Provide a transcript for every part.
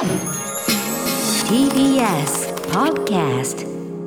TBS Podcast。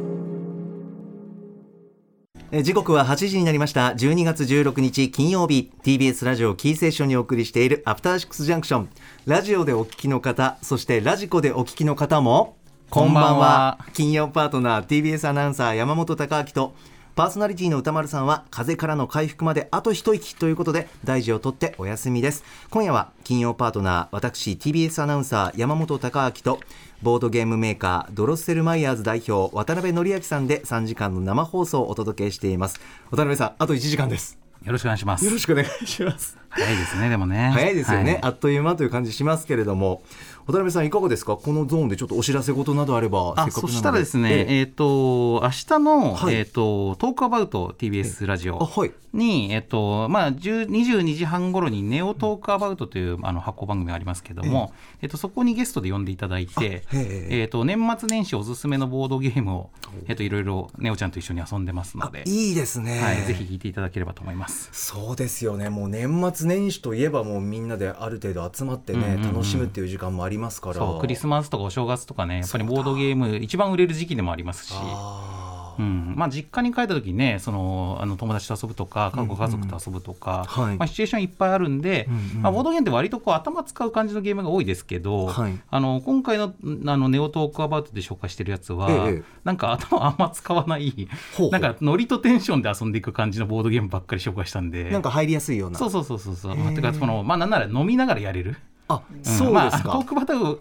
時刻は8時になりました。12月16日金曜日、 TBS ラジオキーセーションにお送りしているアフターシックスジャンクション。ラジオでお聞きの方、そしてラジコでお聞きの方もこんばんは。金曜パートナー TBS アナウンサー山本貴明とパーソナリティの歌丸さんは風邪からの回復まであと一息ということで大事をとってお休みです。今夜は金曜パートナー私 TBS アナウンサー山本貴明とボードゲームメーカードロッセルマイヤーズ代表渡辺則明さんで3時間の生放送をお届けしています。渡辺さん、あと1時間です。 よろしくお願いします。 よろしくお願いします。 早いですね。でもね早いですよね、 はい、 あっという間という感じしますけれども、渡辺さんいかがですか。このゾーンでちょっとお知らせ事などあれば。せっかくなのでそしたらですね、明日の、 はい、 トークアバウト TBS ラジオはいに、22時半頃にネオトークアバウトという発行番組がありますけども、そこにゲストで呼んでいただいて、年末年始おすすめのボードゲームを、いろいろネオちゃんと一緒に遊んでますので、 いいですね、 はい、ぜひ聞いていただければと思います。 そうですよね。もう年末年始といえばもうみんなである程度集まってね、楽しむっていう時間もありますから。 そう、クリスマスとかお正月とかね、やっぱりボードゲーム一番売れる時期でもありますし、実家に帰った時にね、友達と遊ぶとか家族と遊ぶとか、シチュエーションいっぱいあるんで、ボードゲームって割とこう頭使う感じのゲームが多いですけど、今回のネオトークアバウトで紹介してるやつは、なんか頭あんま使わないなんかノリとテンションで遊んでいく感じのボードゲームばっかり紹介したんで、 なんか入りやすいような。 そうてかなんなら飲みながらやれる。 そうですか。 トークバトルは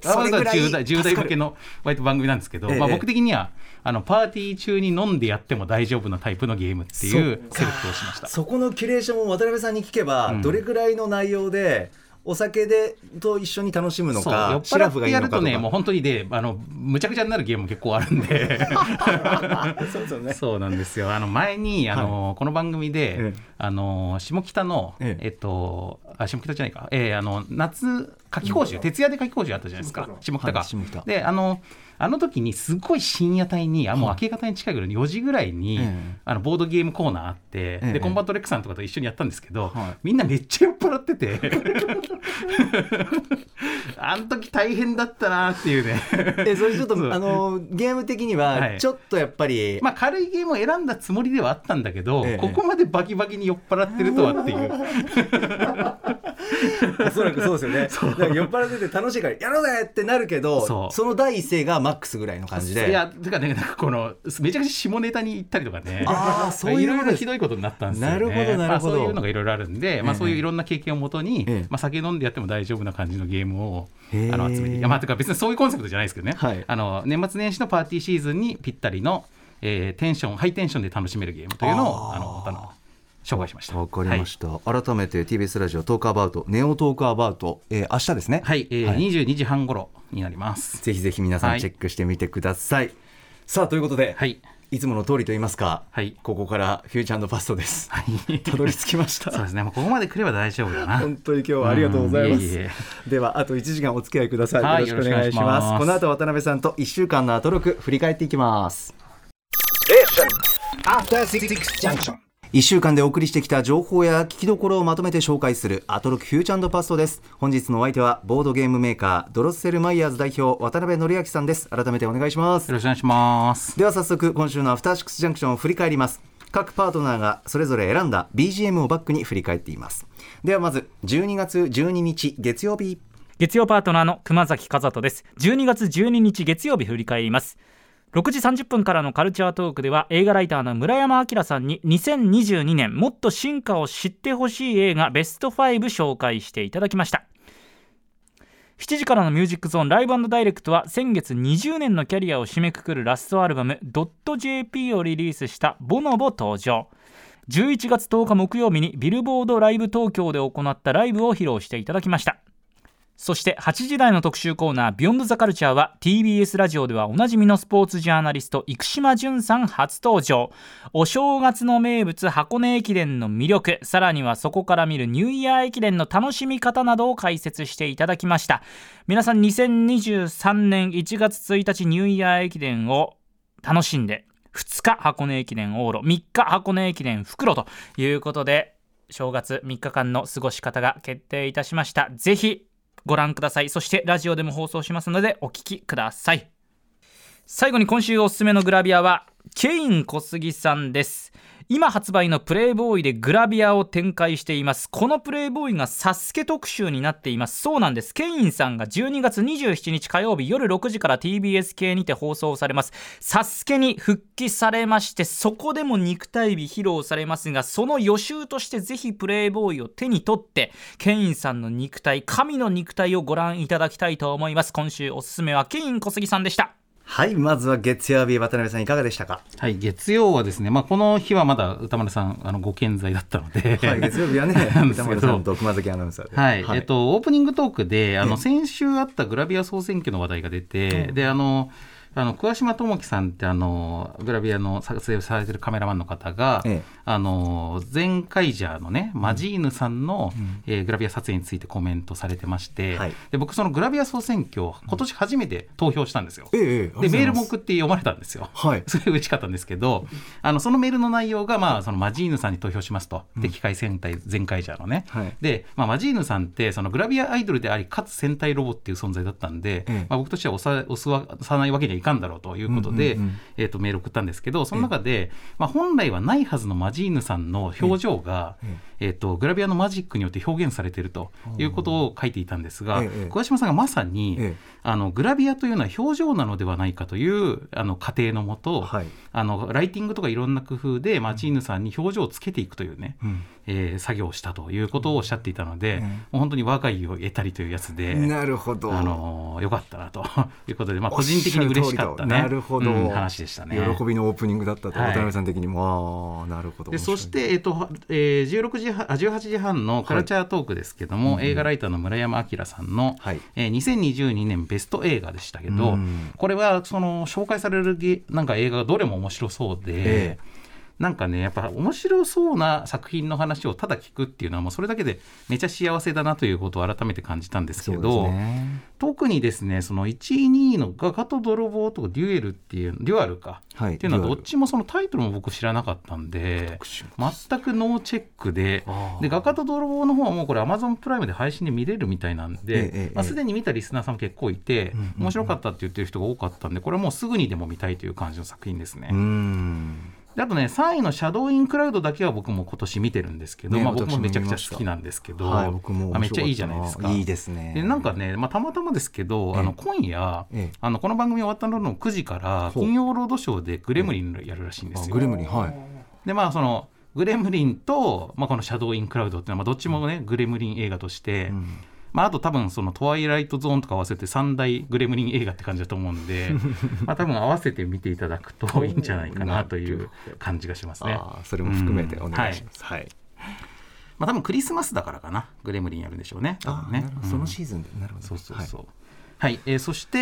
10代向けの割と番組なんですけど、僕的にはパーティー中に飲んでやっても大丈夫なタイプのゲームっていうセレクトをしました。 そこのキュレーションを渡辺さんに聞けば、どれぐらいの内容でお酒でと一緒に楽しむのか、シラフがいいのかとか。 酔っ払ってやるとね、もう本当にでむちゃくちゃになるゲームも結構あるんでそうなんですよ。前にこの番組で、下北の、下北じゃないか、夏夏期講習、徹夜で夏期講習あったじゃないですか、下北が。であの時にすごい深夜帯にもう明け方に近いぐらいの4時ぐらいに、ボードゲームコーナーあって、でコンバットレックさんとかと一緒にやったんですけど、みんなめっちゃ酔っ払っててあの時大変だったなっていうねそれちょっとゲーム的にはちょっとやっぱり、 軽いゲームを選んだつもりではあったんだけど、ここまでバキバキに酔っ払ってるとはっていうおそらくそうですよね。だから酔っ払ってて楽しいからやろうぜってなるけど、その第一声がマックスぐらいの感じで、 てかね、なんかめちゃくちゃ下ネタに行ったりとかね、 そういういろいろひどいことになったんですよね。 なるほどなるほど。 そういうのがいろいろあるんで、そういういろんな経験をもとに、酒飲んでやっても大丈夫な感じのゲームを集めて、てか別にそういうコンセプトじゃないですけどね、年末年始のパーティーシーズンにぴったりの、ハイテンションで楽しめるゲームというのを紹介しました。 わかりました、改めて TBS ラジオトークアバウト、ネオトークアバウト、明日ですね。 22時半頃になります。 ぜひぜひ皆さんチェックしてみてください。さあということで、いつもの通りといいますか、ここからフューチャー&パストです。たどり着きましたそうですね、ここまで来れば大丈夫だな。 本当に今日はありがとうございます。ではあと1時間お付き合いください。よろしくお願いします。この後渡辺さんと1週間のアトロク振り返っていきます。1週間でお送りしてきた情報や聞きどころをまとめて紹介するアトロクフューチャー&パストです。本日のお相手はボードゲームメーカードロッセルマイヤーズ代表渡辺則明さんです。改めてお願いします。 よろしくお願いします。 では早速今週のアフターシックスジャンクションを振り返ります。各パートナーがそれぞれ選んだ BGM をバックに振り返っています。ではまず12月12日月曜日、 月曜パートナーの熊崎和人です。12月12日月曜日振り返ります。6時30分からのカルチャートークでは映画ライターの村山明さんに2022年もっと進化を知ってほしい映画ベスト5紹介していただきました。7時からのミュージックゾーンライブ&ダイレクトは先月20年のキャリアを締めくくるラストアルバム .jp をリリースしたボノボ登場。11月10日木曜日にビルボードライブ東京で行ったライブを披露していただきました。そして8時台の特集コーナービヨンドザカルチャーは TBS ラジオではおなじみのスポーツジャーナリスト生島淳さん初登場。お正月の名物箱根駅伝の魅力、さらにはそこから見るニューイヤー駅伝の楽しみ方などを解説していただきました。皆さん2023年1月1日ニューイヤー駅伝を楽しんで、2日箱根駅伝往路、3日箱根駅伝復路ということで正月3日間の過ごし方が決定いたしました。ぜひご覧ください。そしてラジオでも放送しますのでお聞きください。最後に今週おすすめのグラビアはケイン小杉さんです。今発売のプレイボーイでグラビアを展開しています。このプレイボーイがサスケ特集になっています。そうなんです。ケインさんが12月27日火曜日夜6時から TBS 系にて放送されますサスケに復帰されまして、そこでも肉体美披露されますが、その予習としてぜひプレイボーイを手に取ってケインさんの肉体、神の肉体をご覧いただきたいと思います。今週おすすめはケイン小杉さんでした。 はい、まずは月曜日、渡辺さんいかがでしたか。 はい、月曜はですね、この日はまだ歌丸さんご健在だったので、 はい、月曜日はね歌丸さんと熊崎アナウンサーで、 はいはい、オープニングトークで先週あったグラビア総選挙の話題が出て、で桑島智樹さんってグラビアの撮影をされてるカメラマンの方が、前回ジャーのねマジーヌさんの、グラビア撮影についてコメントされてまして、で僕そのグラビア総選挙今年初めて投票したんですよ。でメールも送って読まれたんですよ。それ嬉しかったんですけど、そのメールの内容が、そのマジーヌさんに投票しますと、敵対戦隊前回ジャーのね、で、マジーヌさんってそのグラビアアイドルでありかつ戦隊ロボっていう存在だったんで、僕としては押さないわけにはいかんだろうということで、メール送ったんですけど、その中で、本来はないはずのマジーヌさんの表情が、グラビアのマジックによって表現されているということを書いていたんですが、桑島さんがまさに、グラビアというのは表情なのではないかという過程のもと、ライティングとかいろんな工夫でマジーヌさんに表情をつけていくというね、作業をしたということをおっしゃっていたので、もう本当に我が家を得たりというやつで、 なるほど、 よかったなということで、個人的に嬉しかったね、 なるほど、 話でしたね。 喜びのオープニングだったと、渡辺さん的にも、なるほど。 でそして、18時半のカルチャートークですけども、映画ライターの村山明さんの、2022年ベスト映画でしたけど、これはその紹介されるなんか映画がどれも面白そうで、なんかねやっぱ面白そうな作品の話をただ聞くっていうのはもうそれだけでめちゃ幸せだなということを改めて感じたんですけど、特にですねその1位2位の画家と泥棒とデュエルっていうデュアルか、っていうのはどっちもそのタイトルも僕知らなかったんで全くノーチェックで、画家と泥棒の方はもうこれ Amazon プライムで配信で見れるみたいなんで、すでに見たリスナーさんも結構いて、面白かったって言ってる人が多かったんで、これはもうすぐにでも見たいという感じの作品ですね。であとね3位のシャドーインクラウドだけは僕も今年見てるんですけど、僕もめちゃくちゃ好きなんですけど、めっちゃいいじゃないですか。 いいですね。 でなんかね、たまたまですけど、今夜、この番組終わったの9時から金曜ロードショーでグレムリンやるらしいんですよ。 グレムリン、 でそのグレムリンと、このシャドーインクラウドっていうのは、どっちもねグレムリン映画として、あと多分そのトワイライトゾーンとか合わせて3大グレムリン映画って感じだと思うんで多分合わせて見ていただくといいんじゃないかなという感じがしますね。 それも含めてお願いします。 多分クリスマスだからかな、グレムリンやるんでしょうね。 そのシーズンで、なるほど。 そして、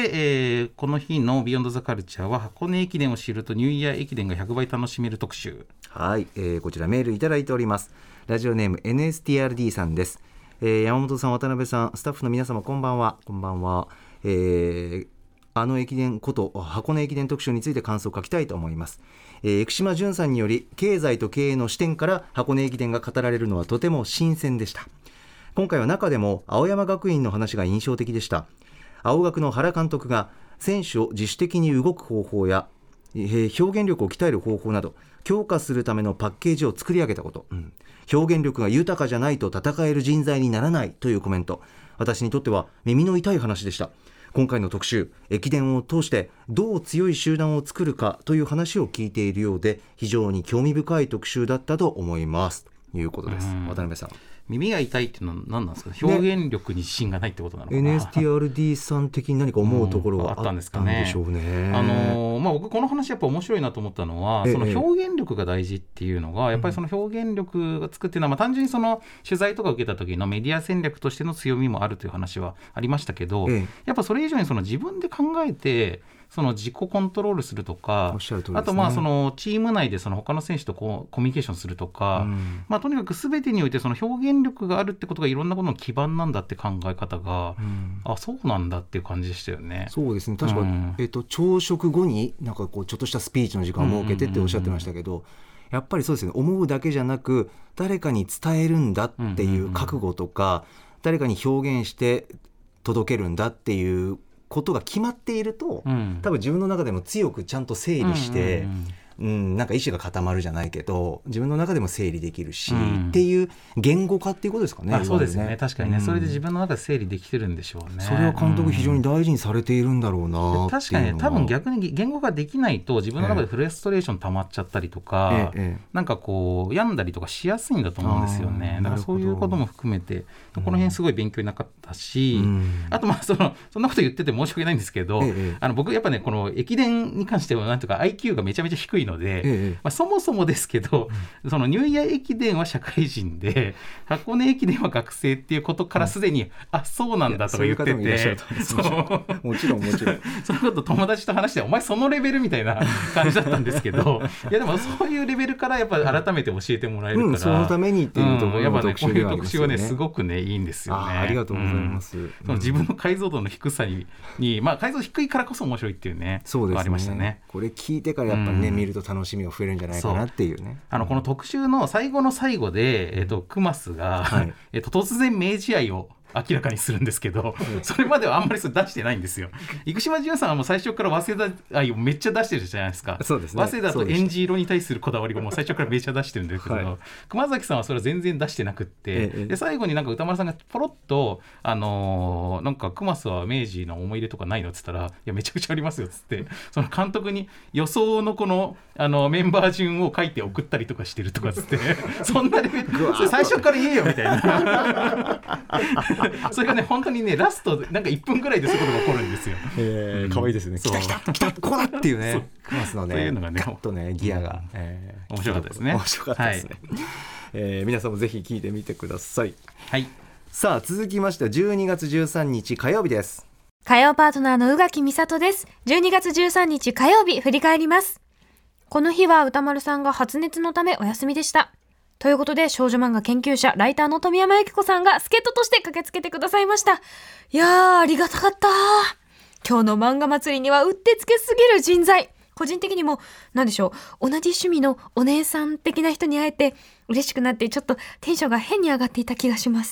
この日のビヨンドザカルチャーは箱根駅伝を知るとニューイヤー駅伝が100倍楽しめる特集。 こちらメールいただいております。ラジオネーム NSTRD さんです。山本さん、渡辺さん、スタッフの皆様こんばんは。こんばんは。駅伝こと箱根駅伝特集について感想を書きたいと思います。生島淳さんにより経済と経営の視点から箱根駅伝が語られるのはとても新鮮でした。今回は中でも青山学院の話が印象的でした。青学の原監督が選手を自主的に動く方法や、表現力を鍛える方法など強化するためのパッケージを作り上げたこと、表現力が豊かじゃないと戦える人材にならないというコメント、私にとっては耳の痛い話でした。今回の特集、駅伝を通してどう強い集団を作るかという話を聞いているようで、非常に興味深い特集だったと思いますということです。渡辺さん、 耳が痛いっていうのは何なんですか。表現力に自信がないってことなのかな。 NSTRD さん的に何か思うところがあったんでしょうね。 僕この話やっぱ面白いなと思ったのは、その表現力が大事っていうのがやっぱりその表現力がつくっていうのは、単純にその取材とか受けた時のメディア戦略としての強みもあるという話はありましたけど、やっぱそれ以上にその自分で考えてその自己コントロールするとか、あとそのチーム内でその他の選手とコミュニケーションするとか、とにかく全てにおいてその表現力があるってことがいろんなことの基盤なんだって考え方が、そうなんだっていう感じでしたよね。 そうですね、確か、朝食後になんかこうちょっとしたスピーチの時間を設けてっておっしゃってましたけど、やっぱりそうですね、思うだけじゃなく誰かに伝えるんだっていう覚悟とか、誰かに表現して届けるんだっていうことが決まっていると、多分自分の中でも強くちゃんと整理して、なんか意思が固まるじゃないけど自分の中でも整理できるし、っていう言語化っていうことですかね。 そうですね、確かにね、それで自分の中で整理できてるんでしょうね。 それは監督非常に大事にされているんだろうなっていうのは。 確かにね、多分逆に言語化できないと自分の中でフラストレーション溜まっちゃったりとか、なんかこう病んだりとかしやすいんだと思うんですよね。だからそういうことも含めてこの辺すごい勉強になかったし、あとそんなこと言ってて申し訳ないんですけど、僕やっぱねこの駅伝に関してはなんとか IQ がめちゃめちゃ低いので、そもそもですけどそのニューイヤー駅伝は社会人で箱根駅伝は学生っていうことからすでに、そうなんだとか言ってて、 もちろんそのこと友達と話してお前そのレベルみたいな感じだったんですけどいやでもそういうレベルからやっぱ改めて教えてもらえるから、 そのためにっていうところの特集ではありますよね。 やっぱねこういう特集はねすごくねいいんですよね。 ありがとうございます。 その自分の解像度の低さに解像度低いからこそ面白いっていうね、 そうですね、 ありましたね。 これ聞いてからやっぱりね、見ると楽しみが増えるんじゃないかなっていうね。 この特集の最後の最後で、クマスが、突然明治愛を明らかにするんですけど、それまではあんまりそれ出してないんですよ。生島淳さんはもう最初から早稲田愛をめっちゃ出してるじゃないですか。 そうですね、 早稲田とエンジ色に対するこだわりがもう最初からめっちゃ出してるんですけど、熊崎さんはそれは全然出してなくって、で最後になんか歌丸さんがポロッとなんかクマスは明治の思い入れとかないのっつったら、いやめちゃくちゃありますよっつってその監督に予想のこのメンバー順を書いて送ったりとかしてるとかっつってそんなレベルそれ最初から言えよみたいなそれがね本当にねラストなんか1分ぐらいでそういうことが起こるんですよ。 可愛いですね。来たここだっていうね、クマスのね、 そういうのがね、 カッとねギアが、 面白かったですね。 面白かったですね。皆さんもぜひ聞いてみてください。 はい。 さあ続きましては12月13日火曜日です。 火曜パートナーの宇垣美里です。12月13日火曜日振り返ります。この日は歌丸さんが発熱のためお休みでした。ということで少女漫画研究者ライターの富山由紀子さんが助っ人として駆けつけてくださいました。いやーありがたかった。今日の漫画祭りにはうってつけすぎる人材。個人的にも何でしょう、同じ趣味のお姉さん的な人に会えて嬉しくなってちょっとテンションが変に上がっていた気がします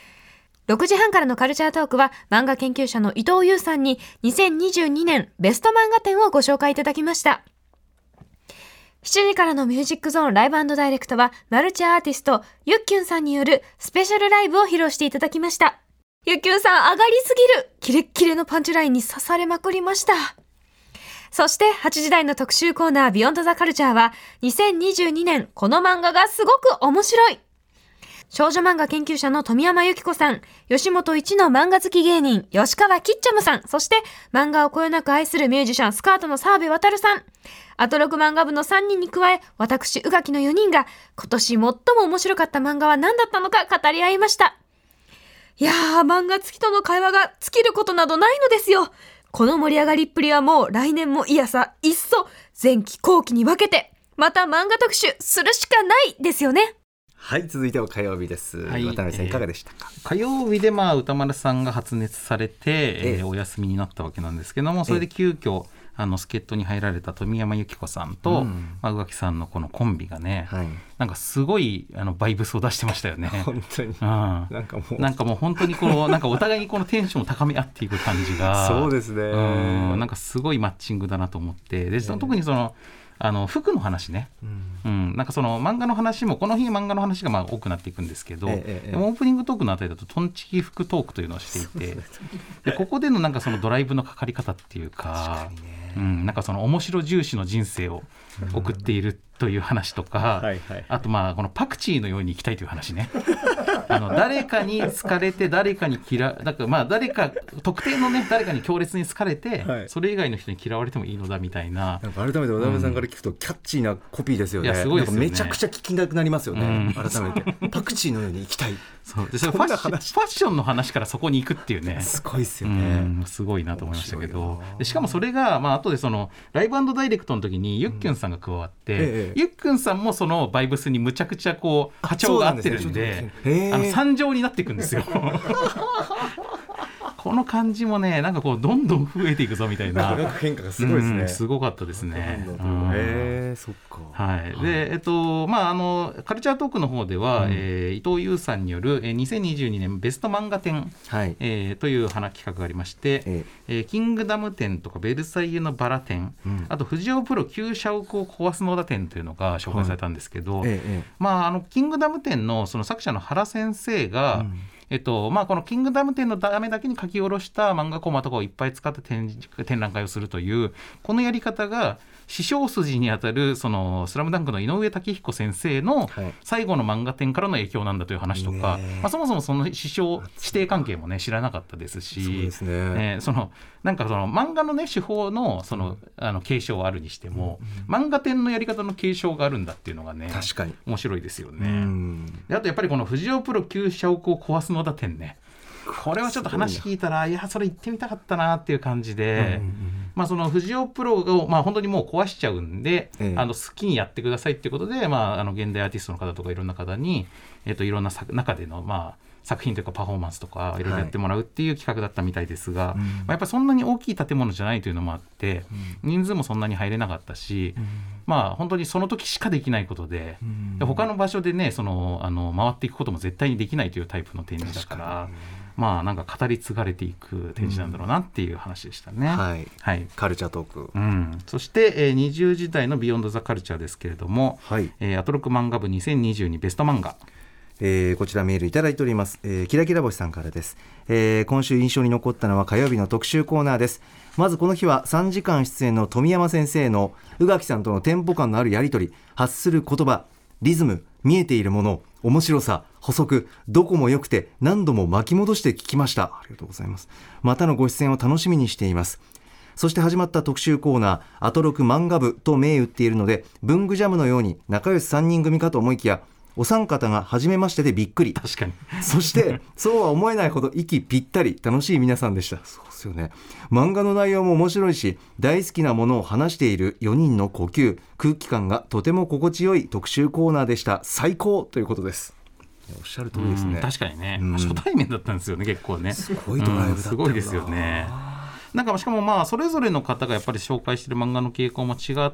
。6時半からのカルチャートークは漫画研究者の伊藤優さんに2022年ベスト漫画展をご紹介いただきました。7時からのミュージックゾーンライブ&ダイレクトはマルチアーティストゆっきゅんさんによるスペシャルライブを披露していただきました。ゆっきゅんさん上がりすぎるキレッキレのパンチラインに刺されまくりました。そして8時台の特集コーナービヨンドザカルチャーは2022年この漫画がすごく面白い少女漫画研究者の富山由紀子さん、吉本一の漫画好き芸人吉川きっちゃむさん、そして漫画をこよなく愛するミュージシャンスカートの澤部渉さん、アトロク漫画部の3人に加え私宇垣の4人が今年最も面白かった漫画は何だったのか語り合いました。いやー漫画好きとの会話が尽きることなどないのですよ。この盛り上がりっぷりはもう来年もいやさいっそ前期後期に分けてまた漫画特集するしかないですよね。 はい、続いては火曜日です、渡辺さんいかがでしたか。 火曜日で歌丸さんが発熱されて、お休みになったわけなんですけども、それで急遽助っ人に入られた富山由紀子さんと、宇垣さんのこのコンビがね、なんかすごいバイブスを出してましたよね。 本当に、 なんかもう本当にこのなんかお互いにこのテンションを高め合っていく感じがそうですね、 なんかすごいマッチングだなと思って、で特にその服の話ね、なんかその漫画の話もこの日漫画の話が多くなっていくんですけど、でもオープニングトークのあたりだとトンチキ服トークというのをしていて、でここでのなんかそのドライブのかかり方っていうか、なんかその面白重視の人生を送っているという話とか、あとこのパクチーのように生きたいという話ね誰かに好かれて誰かに嫌だから誰か特定のね誰かに強烈に好かれて、それ以外の人に嫌われてもいいのだみたいな、 改めて渡辺さんから聞くとキャッチーなコピーですよね。 いやすごいですよね。 めちゃくちゃ聞きたくなりますよね、改めてパクチーのように生きたい。 そうでそれファッションの話からそこに行くっていうね、 すごいですよね、 すごいなと思いましたけど、でしかもそれが後でそのライブ&ダイレクトの時にゆっきゅんさんが加わって、ゆっきゅんさんもそのバイブスにむちゃくちゃこう波長が合ってるんで、参上になっていくんですよここの感じもねなんかこうどんどん増えていくぞみたいな変化がすごいですね、 すごかったですね。 そっか。 はい。でカルチャートークの方では、伊藤優さんによる2022年ベスト漫画展、という企画がありまして、キングダム展とかベルサイユのバラ展、あと藤尾プロ旧社屋を壊すのだ展というのが紹介されたんですけど、キングダム展のその作者の原先生が、このキングダム展のためだけに書き下ろした漫画コマとかをいっぱい使って展覧会をするというこのやり方が師匠筋にあたるそのスラムダンクの井上武彦先生の最後の漫画展からの影響なんだという話とか、そもそもその師匠師弟関係もね知らなかったですし、そうですね、なんかその漫画のね手法の継承あるにしても、漫画展のやり方の継承があるんだっていうのがね確かに面白いですよね。であとやっぱりこの藤尾プロ旧社屋を壊すのだ展ね、これはちょっと話聞いたらいやそれ行ってみたかったなっていう感じで、その藤尾プロを本当にもう壊しちゃうんで、好きにやってくださいっていうことで、現代アーティストの方とかいろんな方に、いろんな中での作品というかパフォーマンスとかいろいろやってもらうっていう企画だったみたいですが、やっぱりそんなに大きい建物じゃないというのもあって、人数もそんなに入れなかったし、本当にその時しかできないことで、他の場所でね回っていくことも絶対にできないというタイプの展示だからなんか語り継がれていく展示なんだろうなっていう話でしたね。カルチャートーク、そして、20時代のビヨンドザカルチャーですけれども、アトロク漫画部2022ベスト漫画、 こちらメールいただいております、キラキラ星さんからです。今週印象に残ったのは火曜日の特集コーナーです。まずこの日は3時間出演の富山先生の宇垣さんとのテンポ感のあるやり取り、発する言葉、リズム、見えているもの、面白さ、補足、どこも良くて何度も巻き戻して聞きました。ありがとうございます。またのご出演を楽しみにしています。そして始まった特集コーナー、アトロク漫画部と銘打っているので文具ジャムのように仲良し3人組かと思いきや、お三方が初めましてでびっくり。 確かに。 そしてそうは思えないほど息ぴったり、楽しい皆さんでした。そうですよね。漫画の内容も面白いし、大好きなものを話している4人の呼吸、空気感がとても心地よい特集コーナーでした。最高ということです。おっしゃる通りですね。 確かにね、初対面だったんですよね。結構ねすごいドライブだったよな、 すごいですよね。なんかしかもそれぞれの方がやっぱり紹介している漫画の傾向も違って、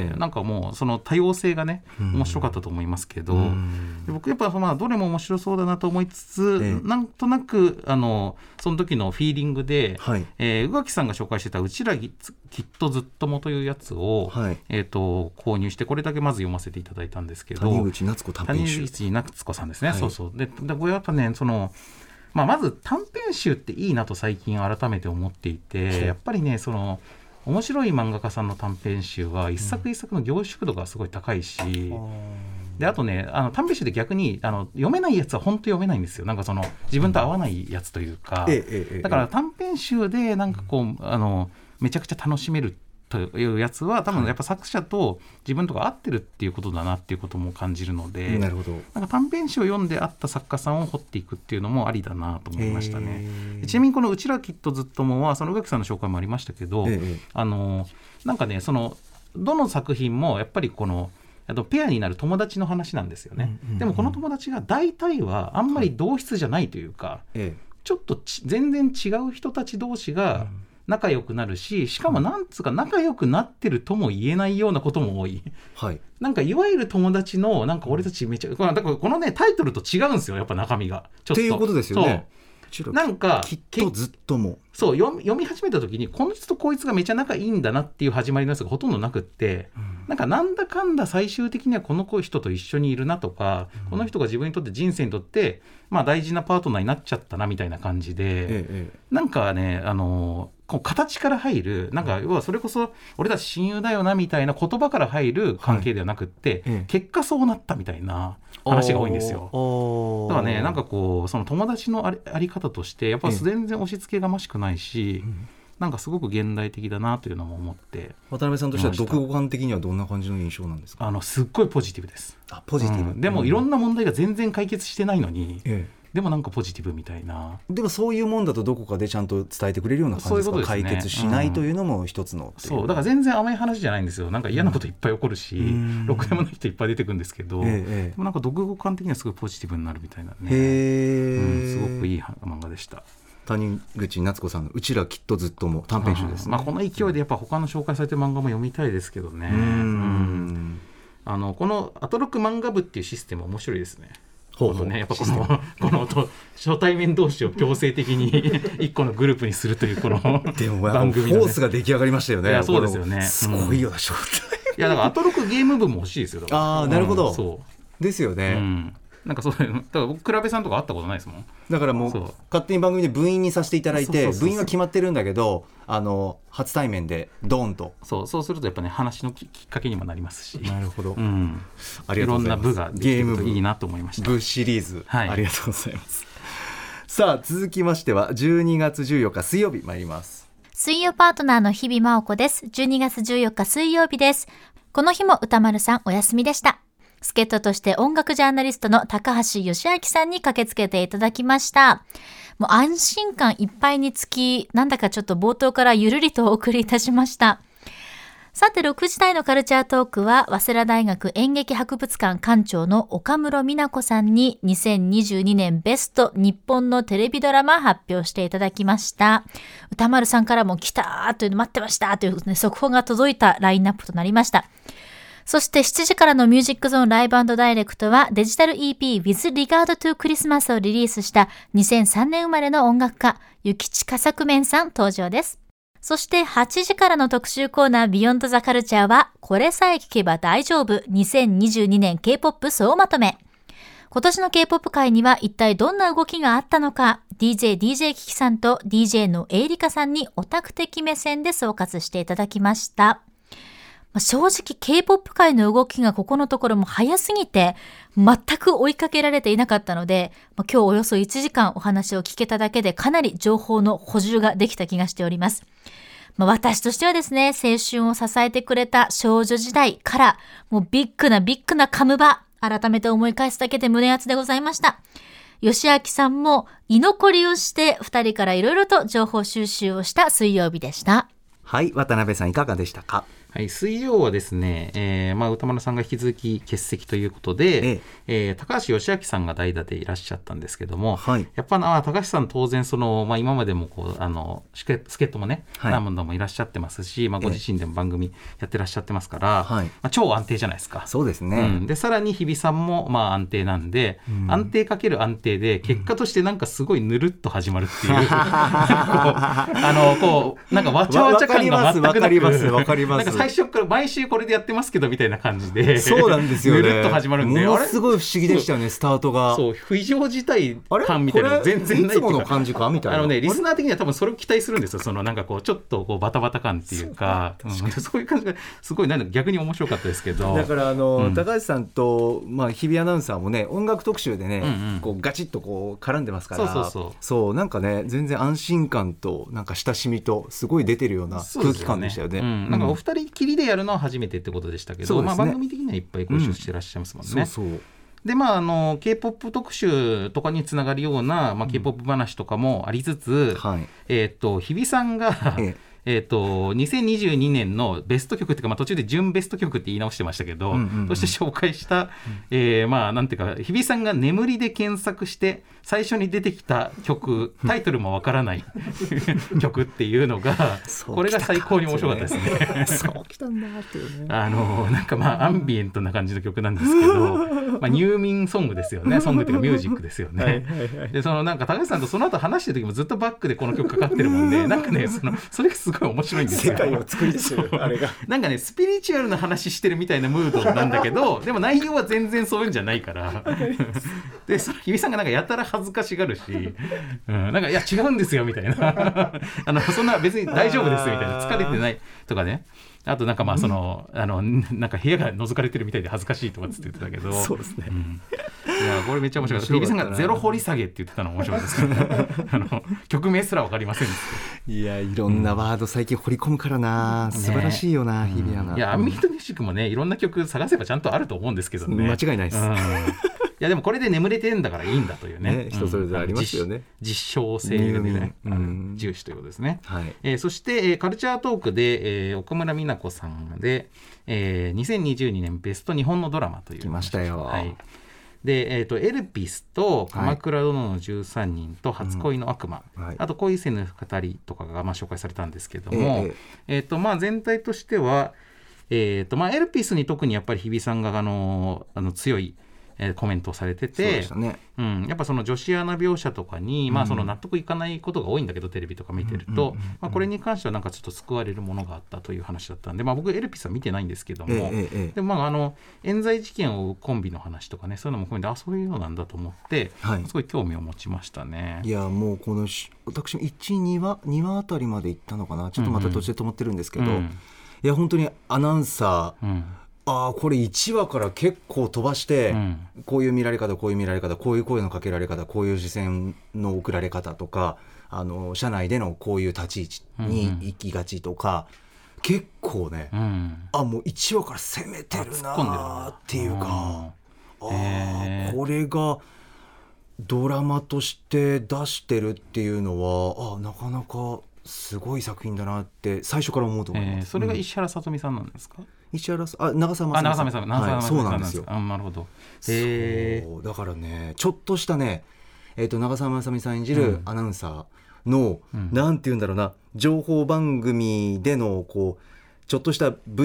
なんかもうその多様性がね面白かったと思いますけど、僕やっぱどれも面白そうだなと思いつつ、なんとなくその時のフィーリングで、宇垣さんが紹介してたうちらきっとずっともというやつを、購入してこれだけまず読ませていただいたんですけど、 谷口夏子短編集、 谷口夏子さんですね、そうそうでこれやっぱねまず短編集っていいなと最近改めて思っていて、やっぱりね面白い漫画家さんの短編集は一作一作の凝縮度がすごい高いし、であとね短編集で逆に読めないやつは本当読めないんですよ。なんか自分と合わないやつというか、だから短編集でなんかこうめちゃくちゃ楽しめるというやつは多分やっぱ作者と自分とか合ってるっていうことだなっていうことも感じるので、 なるほど。 なんか短編集を読んであった作家さんを掘っていくっていうのもありだなと思いましたね。ちなみにこのうちらきっとずっともはその宇垣さんの紹介もありましたけど、なんかねどの作品もやっぱりペアになる友達の話なんですよね。でもこの友達が大体はあんまり同質じゃないというか、ちょっと全然違う人たち同士が仲良くなるし、しかもなんつうか仲良くなってるとも言えないようなことも多い、なんかいわゆる友達のなんか俺たちめちゃだからこのねタイトルと違うんですよ、やっぱ中身がちょっとっていうことですよね。 なんかきっとずっともそう読み始めた時にこの人とこいつがめちゃ仲いいんだなっていう始まりのやつがほとんどなくって、なんだかんだ最終的にはこの人と一緒にいるなとか、この人が自分にとって人生にとって大事なパートナーになっちゃったなみたいな感じで、なんかねこう形から入るなんか要はそれこそ俺たち親友だよなみたいな言葉から入る関係ではなくって、結果そうなったみたいな話が多いんですよ。だからねなんかこうその友達のあり方としてやっぱ全然押し付けがましくないし、なんかすごく現代的だなというのも思って。 渡辺さんとしては読後感的にはどんな感じの印象なんですか？ すっごいポジティブです。 ポジティブ、 でもいろんな問題が全然解決してないのに、でもなんかポジティブみたいな。 でもそういうもんだとどこかでちゃんと伝えてくれるような感じですか？そういうことですね。解決しないというのも一つの、 そうだから全然甘い話じゃないんですよ。なんか嫌なこといっぱい起こるし、ろくでもない人いっぱい出てくるんですけど、でもなんか読後感的にはすごいポジティブになるみたいなね、すごくいい漫画でした。 谷口夏子さんのうちらきっとずっとも短編集ですね。 この勢いでやっぱ他の紹介されてる漫画も読みたいですけどね。このアトロック漫画部っていうシステム面白いですね。やっぱこの初対面同士を強制的に一個のグループにするというこのでも番組の、ね、フォースが出来上がりましたよね。 いやそうですよね。 すごいよな、初対面。いやだからアトロックゲーム部も欲しいですよ。 なるほど、そうですよね。 なんかそういうだから僕倉部さんとか会ったことないですもん。 だからもう勝手に番組で部員にさせていただいて、部員は決まってるんだけど初対面でドーンとそうするとやっぱね話のきっかけにもなりますし。 なるほど、 ありがとうございます。いろんな部ができてるといいなと思いました。 部シリーズ、ありがとうございます。さあ続きましては12月14日水曜日参ります。 水曜パートナーの日々真央子です。12月14日水曜日です。この日も歌丸さんお休みでした。助っ人として音楽ジャーナリストの高橋義明さんに駆けつけていただきました。もう安心感いっぱいにつき、なんだかちょっと冒頭からゆるりとお送りいたしました。さて6時台のカルチャートークは早稲田大学演劇博物館館長の岡室美奈子さんに2022年ベスト日本のテレビドラマ発表していただきました。歌丸さんからも来たというの待ってましたという、速報が届いたラインナップとなりました。そして7時からのミュージックゾーンライブ&ダイレクトはデジタル EP With Regard to Christmas をリリースした2003年生まれの音楽家、諭吉佳作面さん登場です。そして8時からの特集コーナービヨンドザカルチャーはこれさえ聞けば大丈夫2022年 K-POP 総まとめ。今年の K-POP 界には一体どんな動きがあったのか、DJ キキさんと DJ のエイリカさんにオタク的目線で総括していただきました。正直 K-POP 界の動きがここのところも早すぎて全く追いかけられていなかったので、今日およそ1時間お話を聞けただけでかなり情報の補充ができた気がしております。私としてはですね、青春を支えてくれた少女時代からもうビッグなカムバ、改めて思い返すだけで胸熱でございました。義明さんも居残りをして2人からいろいろと情報収集をした水曜日でした。 はい、渡辺さんいかがでしたか。 はい、水曜はですね、歌丸さんが引き続き欠席ということで、高橋義明さんが代打でいらっしゃったんですけども、やっぱ高橋さん当然今までも助っ人もね、何度もいらっしゃってますし、ご自身でも番組やってらっしゃってますから、超安定じゃないですか。 そうですね、 でさらに日比さんも安定なんで、安定かける安定で結果としてなんかすごいぬるっと始まるっていうなんかわちゃわちゃ感が全くなく、 わかります。 最初から毎週これでやってますけどみたいな感じで、 そうなんですよね。 ぬるっと始まるんで、 ものすごい不思議でしたよね、スタートが。 そう、非常事態感みたいなの全然ないっていうか、 いつもの感じかみたいな。 リスナー的には多分それを期待するんですよ。ちょっとバタバタ感っていうか、そういう感じがすごい逆に面白かったですけど。 だから高橋さんと日比アナウンサーもね、音楽特集でね、ガチッと絡んでますから、そうなんかね、全然安心感となんか親しみとすごい出てるような空気感でしたよね。 なんかお二人きりでやるのは初めてってことでしたけど、番組的にはいっぱいご一緒してらっしゃいますもんね。でK-POP 特集とかにつながるような、K-POP 話とかもありつつ、日比さんが、2022年のベスト曲っていうか、途中で準ベスト曲って言い直してましたけど、そして紹介した、なんていうか、日比さんが眠りで検索して最初に出てきた曲、タイトルもわからない曲っていうのがこれが最高に面白かったですね。 そうきたんだっていうね。 なんかアンビエントな感じの曲なんですけど、入眠ソングですよね。ソングっていうかミュージックですよね。でなんか高橋さんとその後話してる時もずっとバックでこの曲かかってるもんで、なんかねそれがすごい面白いんですよ。 世界を作り出してるあれがなんかね、スピリチュアルな話してるみたいなムードなんだけど、でも内容は全然そういうんじゃないからで日比さんがなんかやたら恥ずかしがるし、なんかいや違うんですよみたいなそんな別に大丈夫ですみたいな、疲れてないとかね。あとなんかなんか部屋が覗かれてるみたいで恥ずかしいとかって言ってたけど、 そうですね、 いやこれめっちゃ面白かった。日比さんがゼロ掘り下げって言ってたの面白いですけど曲名すら分かりませんでした。 いやいろんなワード最近掘り込むからな、素晴らしいよな、日比アナ。 いやアンビエントミュージックもね、いろんな曲探せばちゃんとあると思うんですけどね。 間違いないです、 いやでもこれで眠れてんだからいいんだというね、 人それぞれありますよね。 実証性でね、重視ということですね。そして、カルチャートークで、岡村美奈子さんで、2022年ベスト日本のドラマという来ましたよ。 で、エルピスと鎌倉殿の13人と初恋の悪魔、あと恋せぬ語りとかが紹介されたんですけども、全体としては、エルピスに特にやっぱり日比さんが強いコメントをされてて、やっぱその女子アナ描写とかに、その納得いかないことが多いんだけどテレビとか見てると、これに関してはなんかちょっと救われるものがあったという話だったんで、僕エルピスは見てないんですけども、でも冤罪事件を追うコンビの話とかね、そういうのも込めてそういうのなんだと思って、すごい興味を持ちましたね。 いやもうこの私1、2話あたりまで行ったのかな、ちょっとまた途中で止まってるんですけど、いや本当にアナウンサー、これ1話から結構飛ばして、こういう見られ方、こういう見られ方、こういう声のかけられ方、こういう視線の送られ方とか、社内でのこういう立ち位置に行きがちとか、結構ね、もう1話から攻めてるなっていうか、これがドラマとして出してるっていうのはなかなかすごい作品だなって最初から思うと思います。 それが石原さとみさんなんですか？ 石原さん、長澤まさみさん、そうなんですよ。 なるほど。 そうだからね、ちょっとしたね、長澤まさみさん演じるアナウンサーの、なんていうんだろうな、情報番組でのこうちょっとした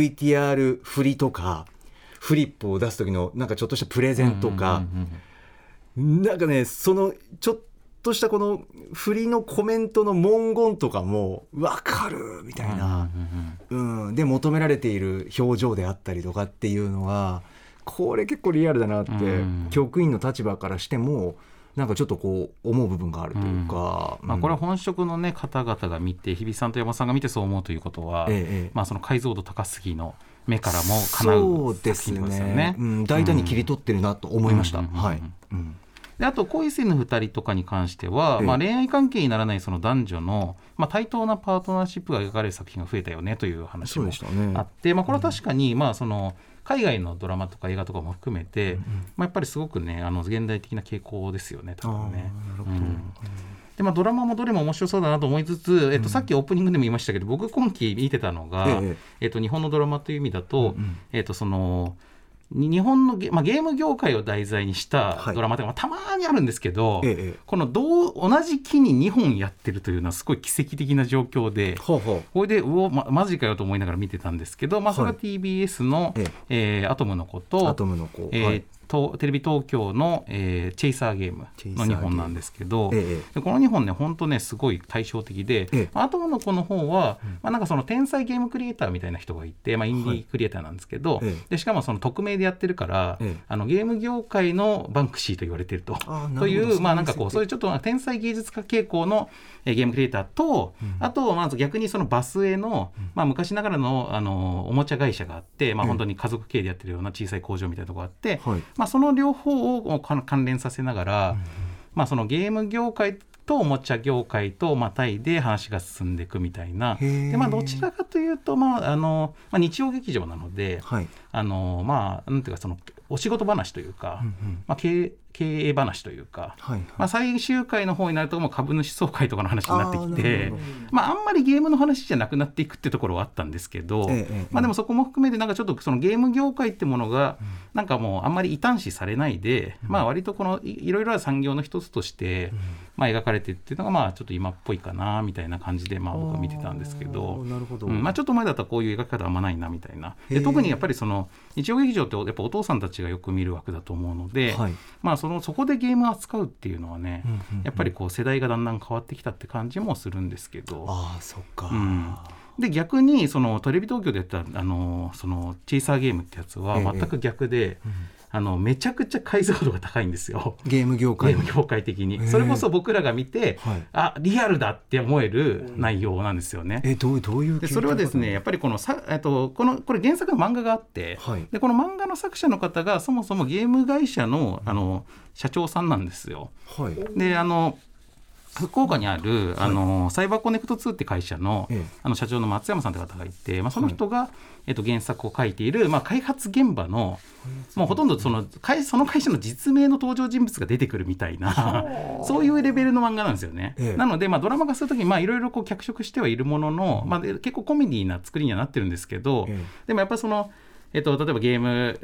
VTR 振りとかフリップを出す時のなんかちょっとしたプレゼンとか、なんかね、そのちょっとしたこの振りのコメントの文言とかも分かるみたいな、で求められている表情であったりとかっていうのが、これ結構リアルだなって、局員の立場からしてもなんかちょっとこう思う部分があるというか、 これは本職の、ね、方々が見て、日比さんと山本さんが見てそう思うということは、その解像度高すぎの目からも叶う作品ですよね。 大胆に切り取ってるなと思いました。 であと恋せぬ2人とかに関しては、恋愛関係にならないその男女の、対等なパートナーシップが描かれる作品が増えたよねという話もあって、これは確かに、その海外のドラマとか映画とかも含めて、やっぱりすごくね現代的な傾向ですよね、多分ね。でドラマもどれも面白そうだなと思いつつ、さっきオープニングでも言いましたけど、僕今期見てたのが、日本のドラマという意味だと、その日本のゲーム業界を題材にしたドラマとかたまにあるんですけど、この同じ期に2本やってるというのはすごい奇跡的な状況で、これでマジかよと思いながら見てたんですけど、それは TBS の、アトムの子とテレビ東京の、チェイサーゲームの2本なんですけど、でこの2本ね本当ねすごい対照的で、アトムの子の方は、なんかその天才ゲームクリエイターみたいな人がいて、インディークリエイターなんですけど、でしかもその匿名でやってるから、ゲーム業界のバンクシーと言われてるというなんかこうそういうちょっと天才芸術家傾向のゲームクリエイターと、あとまず逆にそのバスへの、昔ながらの、おもちゃ会社があって、本当に家族経営でやってるような小さい工場みたいなところがあって、その両方を関連させながら、そのゲーム業界とおもちゃ業界とまたいで話が進んでいくみたいな。でどちらかというと、日曜劇場なので、なんていうかそのお仕事話というか、経営話というか、最終回の方になるともう株主総会とかの話になってきて、あんまりゲームの話じゃなくなっていくってところはあったんですけど、でもそこも含めてなんかちょっとそのゲーム業界ってものがなんかもうあんまり異端視されないで、割とこのいろいろな産業の一つとして描かれてっていうのがちょっと今っぽいかなみたいな感じで僕は見てたんですけど、ちょっと前だったらこういう描き方あんまないなみたいな。で特にやっぱりその日曜劇場ってやっぱお父さんたちがよく見る枠だと思うので、そこでゲームを扱うっていうのはね、やっぱりこう世代がだんだん変わってきたって感じもするんですけど、 そっか。 で逆にそのテレビ東京でやったそのチェイサーゲームってやつは全く逆で、めちゃくちゃ解像度が高いんですよ、 ゲーム業界的に。それこそ僕らが見て、リアルだって思える内容なんですよね。 どういうでそれはですね、やっぱりこれ原作の漫画があって、でこの漫画の作者の方がそもそもゲーム会社の、社長さんなんですよ。で福岡にあるサイバーコネクト2って会社の、社長の松山さんという方がいて、その人が、原作を書いている、開発現場のもうほとんどその会社の実名の登場人物が出てくるみたいなそういうレベルの漫画なんですよね。なので、ドラマ化するときにいろいろ脚色してはいるものの、結構コメディーな作りにはなってるんですけど、でもやっぱりその、例えばゲーム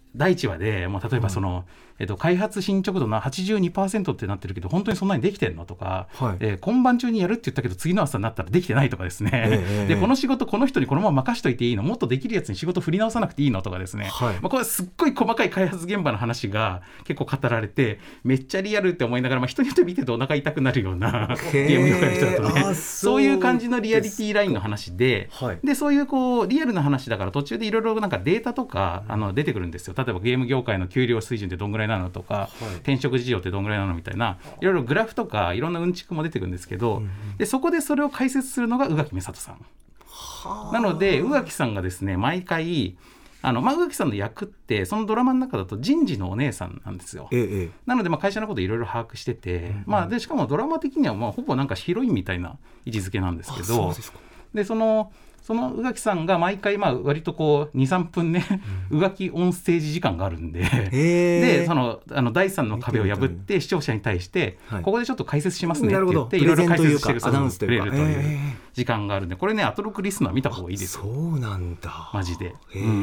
第1話でもう例えばその、開発進捗度の 82% ってなってるけど本当にそんなにできてんのとか、今晩中にやるって言ったけど次の朝になったらできてないとかですね、でこの仕事この人にこのまま任しといていいの、もっとできるやつに仕事振り直さなくていいのとかですね、これすっごい細かい開発現場の話が結構語られてめっちゃリアルって思いながら、人によって見ててお腹痛くなるようなゲーム業界の人だとね、そういう感じのリアリティラインの話で、でそういうこうリアルな話だから途中でいろいろなんかデータとか出てくるんですよ。例えばゲーム業界の給料水準ってどんぐらいなのとか、転職事情ってどんぐらいなのみたいないろいろグラフとかいろんなうんちくも出てくるんですけど、でそこでそれを解説するのが宇垣美里さんなので、宇垣さんがですね毎回宇垣さんの役ってそのドラマの中だと人事のお姉さんなんですよ、なので会社のこといろいろ把握してて、でしかもドラマ的にはほぼなんかヒロインみたいな位置づけなんですけど、でその宇垣さんが毎回割とこう 2,3 分ね宇垣オンステージ時間があるんで、で第3の壁を破って視聴者に対して、ここでちょっと解説しますねって言っていろいろ解説してくれるという時間があるんで、これねアトロクリスナー見た方がいいですよ。 そうなんだマジで。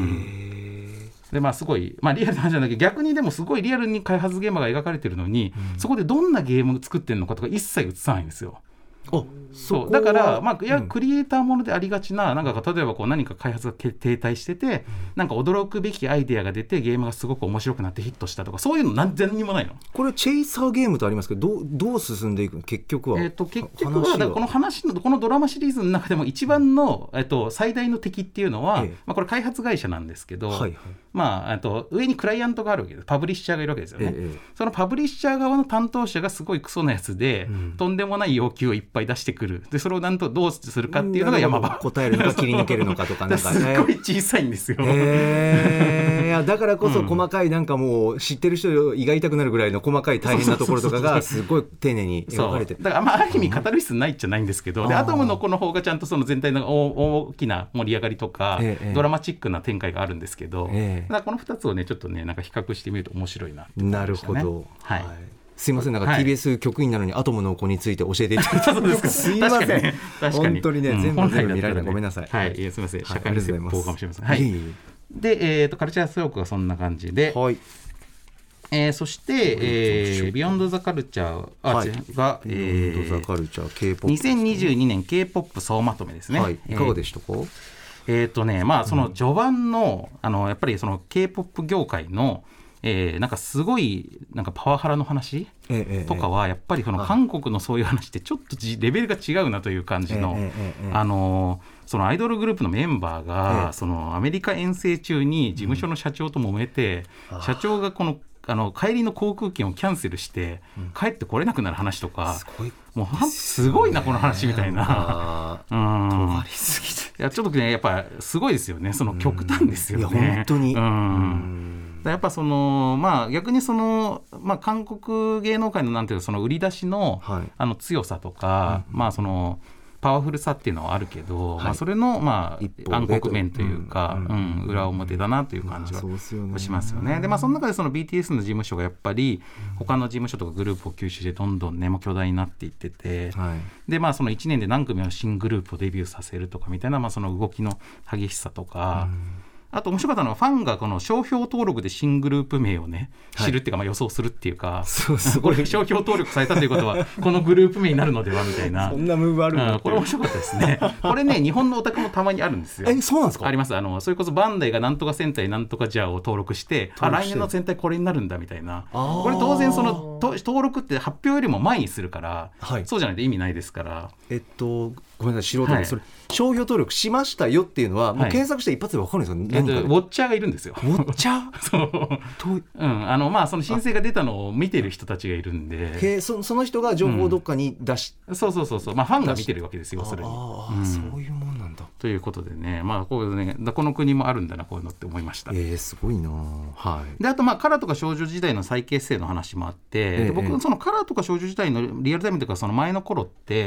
ですごい、リアルな話なんだけど、逆にでもすごいリアルに開発現場が描かれてるのに、そこでどんなゲームを作ってるのかとか一切映さないんですよ。そうだからクリエイターものでありがちな、なんか例えばこう何か開発が停滞してて、なんか驚くべきアイデアが出てゲームがすごく面白くなってヒットしたとか、そういうの何にもないの。これチェイサーゲームとありますけど、どう進んでいくの結局は。 結局はだからこのドラマシリーズの中でも一番の、最大の敵っていうのは、これ開発会社なんですけど、上にクライアントがあるわけです。パブリッシャーがいるわけですよね、そのパブリッシャー側の担当者がすごいクソなやつで、とんでもない要求をいっぱい出してくる。でそれをなんとどうするかっていうのが山場。 答えるのか切り抜けるのかとかなんかすっごい小さいんですよ。 いやだからこそ細かいなんかもう知ってる人胃が痛くなるぐらいの細かい大変なところとかがすごい丁寧に描かれてる。 だからある意味語る必要ないっちゃないんですけど、でアトムの子の方がちゃんとその全体の大きな盛り上がりとか、ドラマチックな展開があるんですけど、だからこの2つをねちょっとねなんか比較してみると面白いなって思いましたね。 なるほど、すいません、なんか TBS 局員なのにアトムの子について教えていただいて、すいません本当にね、全部見られない、ごめんなさい。 すいません、社会に説法かもしれません。で、カルチャーストークがそんな感じで、そして、ビヨンドザカルチャーが、 ビヨンドザカルチャー K-POP 2022年 K-POP 総まとめですね。 いかがでしたか？ その序盤のやっぱりその K-POP 業界のなんかすごいなんかパワハラの話とかはやっぱりその韓国のそういう話ってちょっとレベルが違うなという感じのそのアイドルグループのメンバーがそのアメリカ遠征中に事務所の社長と揉めて、社長がこの帰りの航空券をキャンセルして帰ってこれなくなる話とか、もうすごいなこの話みたいな、 尖りすぎて、 いやちょっとねやっぱすごいですよね、その極端ですよね。 いや本当に、 やっぱその逆にその韓国芸能界のなんていうその売り出しの強さとか、そのパワフルさっていうのはあるけど、それの暗黒面というか、裏表だなという感じはしますよね。でその中でその BTS の事務所がやっぱり他の事務所とかグループを吸収してどんどんねもう巨大になっていってて、でその1年で何組の新グループをデビューさせるとかみたいな、その動きの激しさとか、あと面白かったのはファンがこの商標登録で新グループ名をね知るっていうか、予想するっていうか、これ商標登録されたということはこのグループ名になるのではみたいな、 そんなムーブあるの、 これ面白かったですね。これね日本のオタクもたまにあるんですよ。 そうなんですか？ あります。それこそバンダイがなんとか戦隊なんとかジャーを登録して来年の戦隊これになるんだみたいな、これ当然その登録って発表よりも前にするから、そうじゃないと意味ないですから。 ごめんなさい、素人で、それ商標登録しましたよっていうのはもう検索して一発で分かるんですか？ ウォッチャーがいるんですよ。 ウォッチャーその申請が出たのを見てる人たちがいるんで、 その人が情報をどっかに出し、 そうファンが見てるわけですよ、それに。 そういうもんなんだということでね、こういうねこの国もあるんだなこういうのって思いました。 すごいな。 であとカラーとか少女時代の再結成の話もあって、で僕そのカラーとか少女時代のリアルタイムというかその前の頃って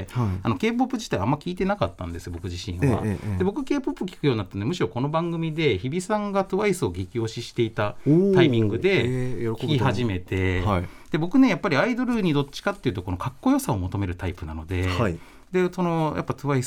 、K-POP 自体あんま聞いてなかったんですよ、僕自身は。で僕 K-POP 聞くようになったんで、むしろこの番組で日比さんが TWICE を激推ししていたタイミングで聞き始めて、で僕ねやっぱりアイドルにどっちかっていうとこのかっこよさを求めるタイプなので、でそのやっぱ TWICE かっ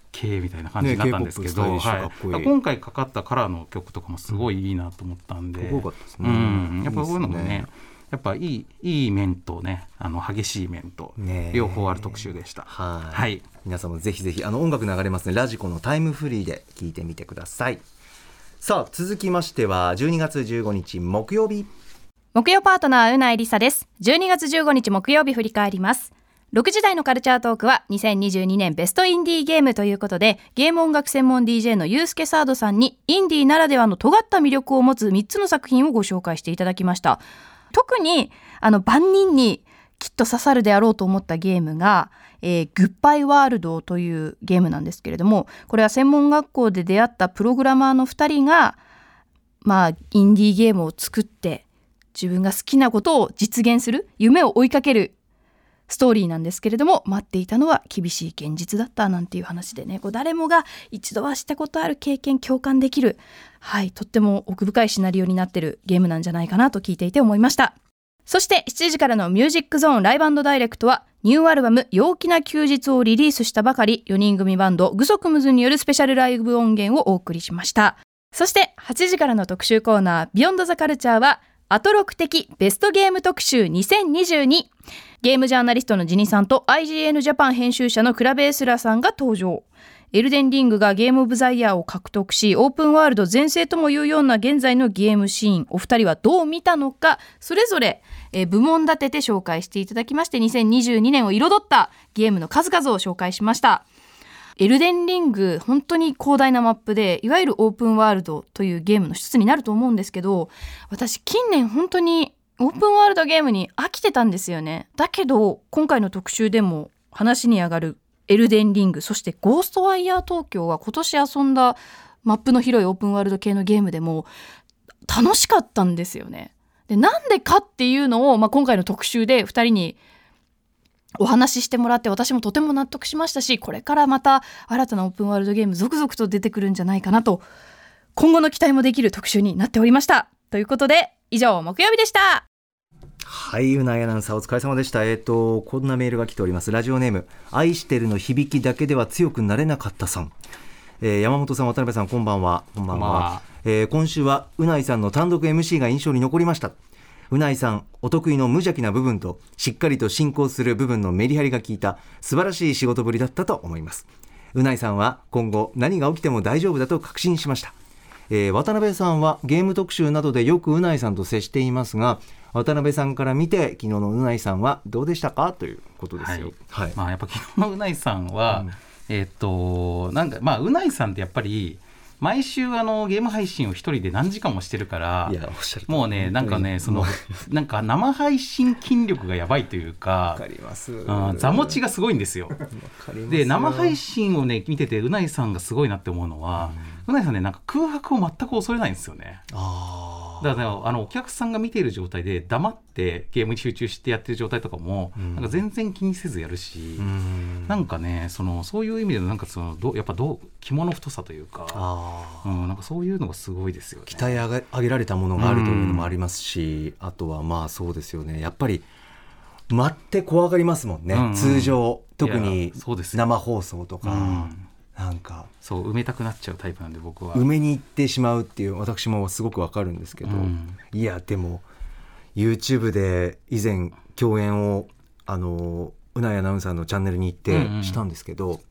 系みたいな感じになったんですけど、 ね、かっこいい。 今回かかったカラーの曲とかもすごいいいなと思ったんで、 かっこよかったですね。 やっぱこういうのもね、やっぱいい面とね、激しい面と両方ある特集でした。 はい、皆さんもぜひぜひ音楽流れますね、ラジコのタイムフリーで聞いてみてください。さあ続きましては12月15日木曜日、 木曜パートナーうないりさです。12月15日木曜日振り返ります。6時台のカルチャートークは2022年ベストインディーゲームということで、ゲーム音楽専門 DJ のゆうすけサードさんにインディーならではの尖った魅力を持つ3つの作品をご紹介していただきました。特に万人にきっと刺さるであろうと思ったゲームが、グッバイワールドというゲームなんですけれども、これは専門学校で出会ったプログラマーの2人が、インディーゲームを作って自分が好きなことを実現する、夢を追いかけるストーリーなんですけれども、待っていたのは厳しい現実だったなんていう話でね、誰もが一度はしたことある経験、共感できる、とっても奥深いシナリオになっているゲームなんじゃないかなと聞いていて思いました。そして7時からのミュージックゾーンライブ&ダイレクトはニューアルバム陽気な休日をリリースしたばかり、4人組バンドグソクムズによるスペシャルライブ音源をお送りしました。そして8時からの特集コーナービヨンドザカルチャーはアトロク的ベストゲーム特集2022、ゲームジャーナリストのジニさんと IGN ジャパン編集者のクラベースラさんが登場。エルデンリングがゲームオブザイヤーを獲得し、オープンワールド全盛ともいうような現在のゲームシーン、お二人はどう見たのか、それぞれ部門立てて紹介していただきまして、2022年を彩ったゲームの数々を紹介しました。エルデンリング、本当に広大なマップで、いわゆるオープンワールドというゲームの一つになると思うんですけど、私近年本当にオープンワールドゲームに飽きてたんですよね。だけど今回の特集でも話に上がるエルデンリング、そしてゴーストワイヤー東京は今年遊んだマップの広いオープンワールド系のゲームでも楽しかったんですよね。で、なんでかっていうのを、今回の特集で2人にお話ししてもらって、私もとても納得しましたし、これからまた新たなオープンワールドゲーム続々と出てくるんじゃないかなと、今後の期待もできる特集になっておりました。ということで以上木曜日でした。 はい、うないアナウンサーお疲れ様でした。こんなメールが来ております。ラジオネーム愛してるの響きだけでは強くなれなかったさん、山本さん、渡辺さん、こんばんは。こんばんは。今週はうないさんの単独 MC が印象に残りました。うないさんお得意の無邪気な部分としっかりと進行する部分のメリハリが効いた素晴らしい仕事ぶりだったと思います。うないさんは今後何が起きても大丈夫だと確信しました。渡辺さんはゲーム特集などでよくうないさんと接していますが、渡辺さんから見て昨日のうないさんはどうでしたかということですよ。 やっぱ昨日のうないさんは、うないさんってやっぱり毎週ゲーム配信を一人で何時間もしてるから、もうね、なんか生配信筋力がやばいというか、 わかります。 座持ちがすごいんですよ。で、生配信をね見ててうないさんがすごいなって思うのは、うないさんね、なんか空白を全く恐れないんですよね。だからお客さんが見ている状態で黙ってゲームに集中してやってる状態とかも、なんか全然気にせずやるし、なんかね、そういう意味でのなんかやっぱ肝の太さというか、なんかそういうのがすごいですよね。 鍛え上げられたものがあるというのもありますし、あとはそうですよね、やっぱり待って怖がりますもんね、通常特に生放送とか、なんか埋めたくなっちゃうタイプなんで、僕は埋めに行ってしまうっていう、私もすごくわかるんですけど、いやでも YouTube で以前共演をうないアナウンサーのチャンネルに行ってしたんですけど、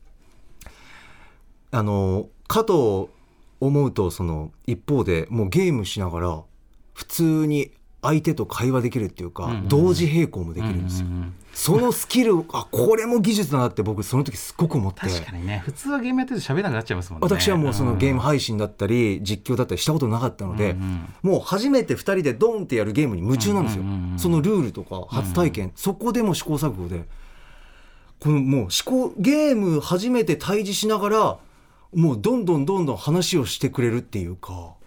かと思うと、一方でもうゲームしながら普通に相手と会話できるっていうか、同時並行もできるんですよ。そのスキル、これも技術だなって僕その時すごく思って。 確かにね、普通はゲームやってると喋れなくなっちゃいますもんね。 私はもうゲーム配信だったり実況だったりしたことなかったので、もう初めて2人でドンってやるゲームに夢中なんですよ。そのルールとか初体験、そこでも試行錯誤で、このもうゲーム初めて対峙しながらもうどんどん話をしてくれるっていうか、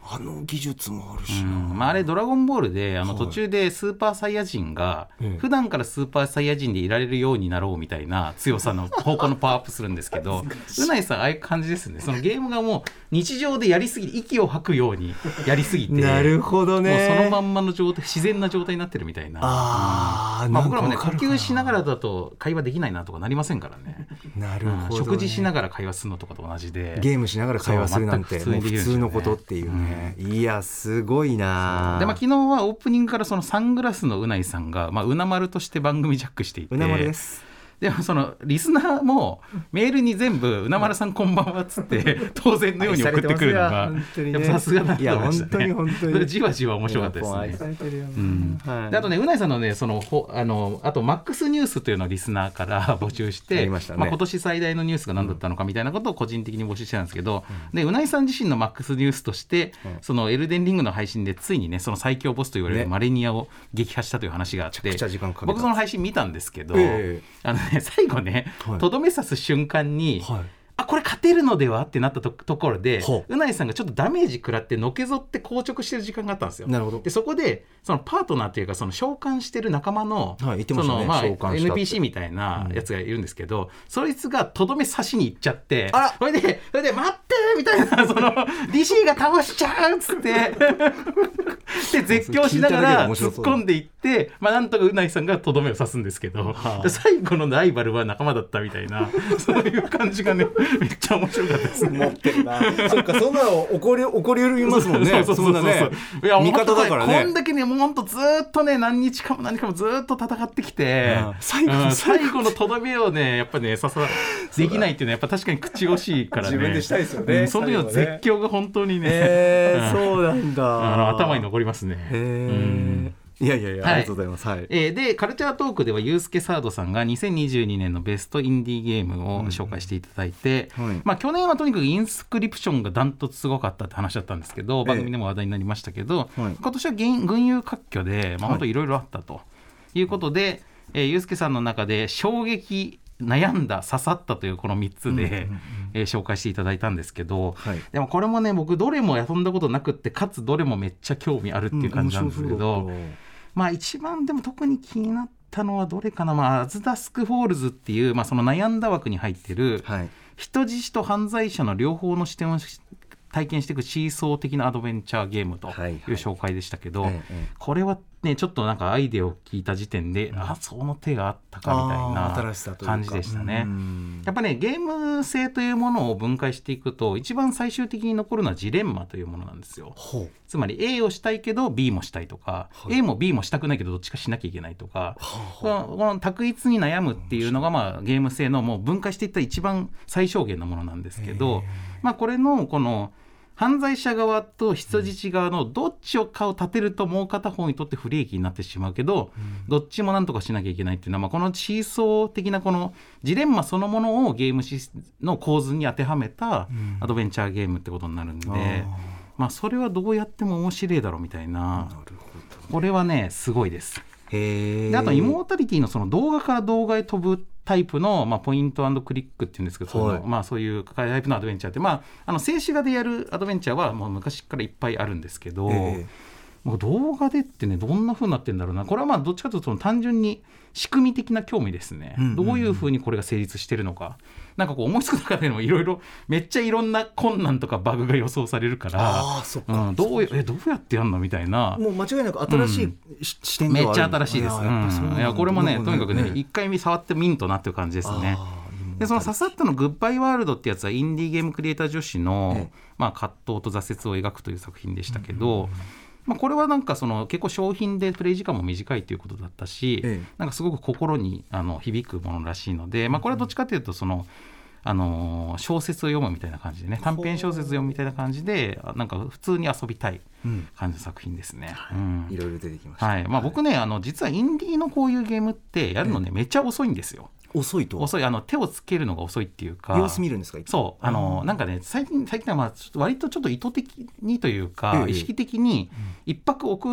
あの技術もあるしな、 あれドラゴンボールで途中でスーパーサイヤ人が普段からスーパーサイヤ人でいられるようになろうみたいな強さの方向のパワーアップするんですけどうないさんああいう感じですね。そのゲームがもう日常でやりすぎて息を吐くようにやりすぎてなるほどね、 もうそのまんまの状態自然な状態になってるみたいな。僕らもね呼吸しながらだと会話できないなとかなりませんからね。 なるほどね、 食事しながら会話するのとかと同じでゲームしながら会話するなんてもう普通のことっていうね、いやすごいな。 で、昨日はオープニングからそのサングラスのうないさんが、うな丸として番組ジャックしていて、 うな丸です。 でもそのリスナーもメールに全部うな丸さんこんばんはっつって当然のように送ってくるのがやっぱさすがだと思いましたね。本当にじわじわ面白かったですね。であとねうないさんのねあとマックスニュースというのをリスナーから募集して、今年最大のニュースが何だったのかみたいなことを個人的に募集してたんですけど、でうないさん自身のマックスニュースとしてそのエルデンリングの配信でついにねその最強ボスと言われるマレニアを撃破したという話があって、僕その配信見たんですけど、最後ねとどめ刺す瞬間に、これ勝てるのではってなった ところでうないさんがちょっとダメージ食らってのけぞって硬直してる時間があったんですよ。 なるほど。 でそこでそのパートナーというかその召喚してる仲間の、NPC みたいなやつがいるんですけど、そいつがとどめ刺しに行っちゃって、それで待ってみたいなその DC が倒しちゃうっつってで絶叫しながら突っ込んでいって、なんとかうないさんがとどめを刺すんですけど、最後のライバルは仲間だったみたいなそういう感じがねめっちゃ面白かったですね。持ってるなそっか、そんなの起こり得ますもんね。そんなね味方だからね。こんだけねもうほんとずっとね何日かもずっと戦ってきて、最後のとどめをねやっぱねできないっていうのはやっぱ確かに口惜しいからね。自分でしたいですよね。その時の絶叫が本当にね、 そうなんだ、 頭に残りますね。 いやありがとうございます。 でカルチャートークではユースケサードさんが2022年のベストインディーゲームを紹介していただいて、去年はとにかくインスクリプションがダントツすごかったって話だったんですけど、番組でも話題になりましたけど、今年は群雄割拠で本当いろいろあったということで、ユースケさんの中で衝撃悩んだ刺さったというこの3つで、紹介していただいたんですけど、でもこれもね僕どれも遊んだことなくってかつどれもめっちゃ興味あるっていう感じなんですけど、一番でも特に気になったのはどれかな、アズダスクフォールズっていう、その悩んだ枠に入ってる、人質と犯罪者の両方の視点を体験していくシーソー的なアドベンチャーゲームという紹介でしたけど、これはねちょっとなんかアイデアを聞いた時点で、その手があったかみたいな感じでしたね。やっぱねゲーム性というものを分解していくと一番最終的に残るのはジレンマというものなんですよ。つまり A をしたいけど B もしたいとか、A も B もしたくないけどどっちかしなきゃいけないとか、この択一に悩むっていうのがゲーム性のもう分解していった一番最小限のものなんですけど、これのこの犯罪者側と人質側のどっちかを立てるともう片方にとって不利益になってしまうけど、どっちもなんとかしなきゃいけないっていうのは、このシーソー的なこのジレンマそのものをゲームの構図に当てはめたアドベンチャーゲームってことになるんで、それはどうやっても面白いだろうみたいな、これはねすごいです。であとイモータリティのその動画から動画へ飛ぶタイプの、ポイント&クリックっていうんですけど、そういうタイプのアドベンチャーって、静止画でやるアドベンチャーはもう昔からいっぱいあるんですけど、もう動画でってねどんな風になってんだろうな。これはどっちかというと単純に仕組み的な興味ですね。どういう風にこれが成立してるのか、なんかこう思いつく中でもいろいろめっちゃいろんな困難とかバグが予想されるから、どうやってやるのみたいな、もう間違いなく新しい視点がある、めっちゃ新しいです。いやこれもねとにかくね一回触ってミントなっていう感じですね。でその刺さったのグッバイワールドってやつはインディーゲームクリエイター女子の、葛藤と挫折を描くという作品でしたけど、これはなんか結構商品でプレイ時間も短いということだったし、なんかすごく心に響くものらしいので、これはどっちかというと小説を読むみたいな感じでね、短編小説読むみたいな感じでなんか普通に遊びたい感じの作品ですね。 いろいろ出てきました。 僕ね実はインディーのこういうゲームってやるのね、めっちゃ遅いんですよ。遅い手をつけるのが遅いっていうか、 様子見るんですか。 そうなんかね最近は割とちょっと意図的にというか、意識的に一泊置く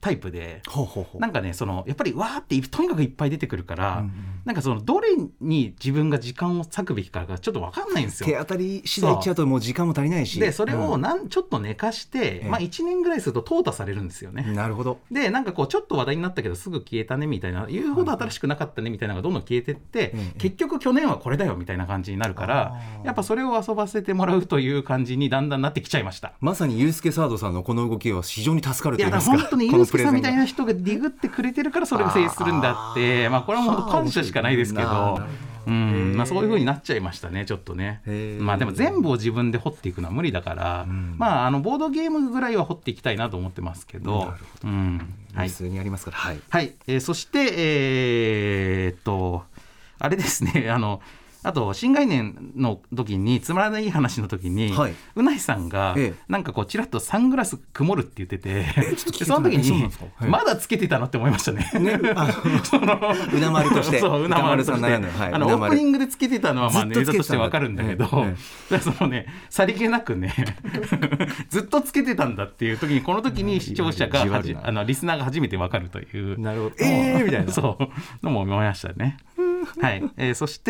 タイプで、なんかねやっぱりわーってとにかくいっぱい出てくるから、なんかどれに自分が時間を割くべきかがちょっと分かんないんですよ。 手当たり次第いっちゃうともう時間も足りないし、 でそれをちょっと寝かして、1年ぐらいすると淘汰されるんですよね。 なるほど。でなんかちょっと話題になったけどすぐ消えたねみたいな、言うほど新しくなかったねみたいなのがどんどん消えてって、結局去年はこれだよみたいな感じになるから、やっぱそれを遊ばせてもらうという感じにだんだんなってきちゃいました。 まさにユースケサードさんのこの動きは非常に助かると言いますか。 いや本当にユースケさんみたいな人がディグってくれてるからそれが成立するんだって、これは本当感謝しかないですけど、そういう風になっちゃいましたね、ちょっとね。でも全部を自分で掘っていくのは無理だから、ボードゲームぐらいは掘っていきたいなと思ってますけど、 普通にありますから。 そしてあれですね、あと新概念の時につまらない話の時に、うないさんがなんかちらっとサングラス曇るって言ってて、その時にまだつけてたのって思いましたね。 うな丸としてうな丸としてオープニングでつけてたのはネタとしてわかるんだけど、さりげなくねずっとつけてたんだっていう時に、この時に視聴者がリスナーが初めてわかるという、 なるほどみたいなのも思いましたね。そして、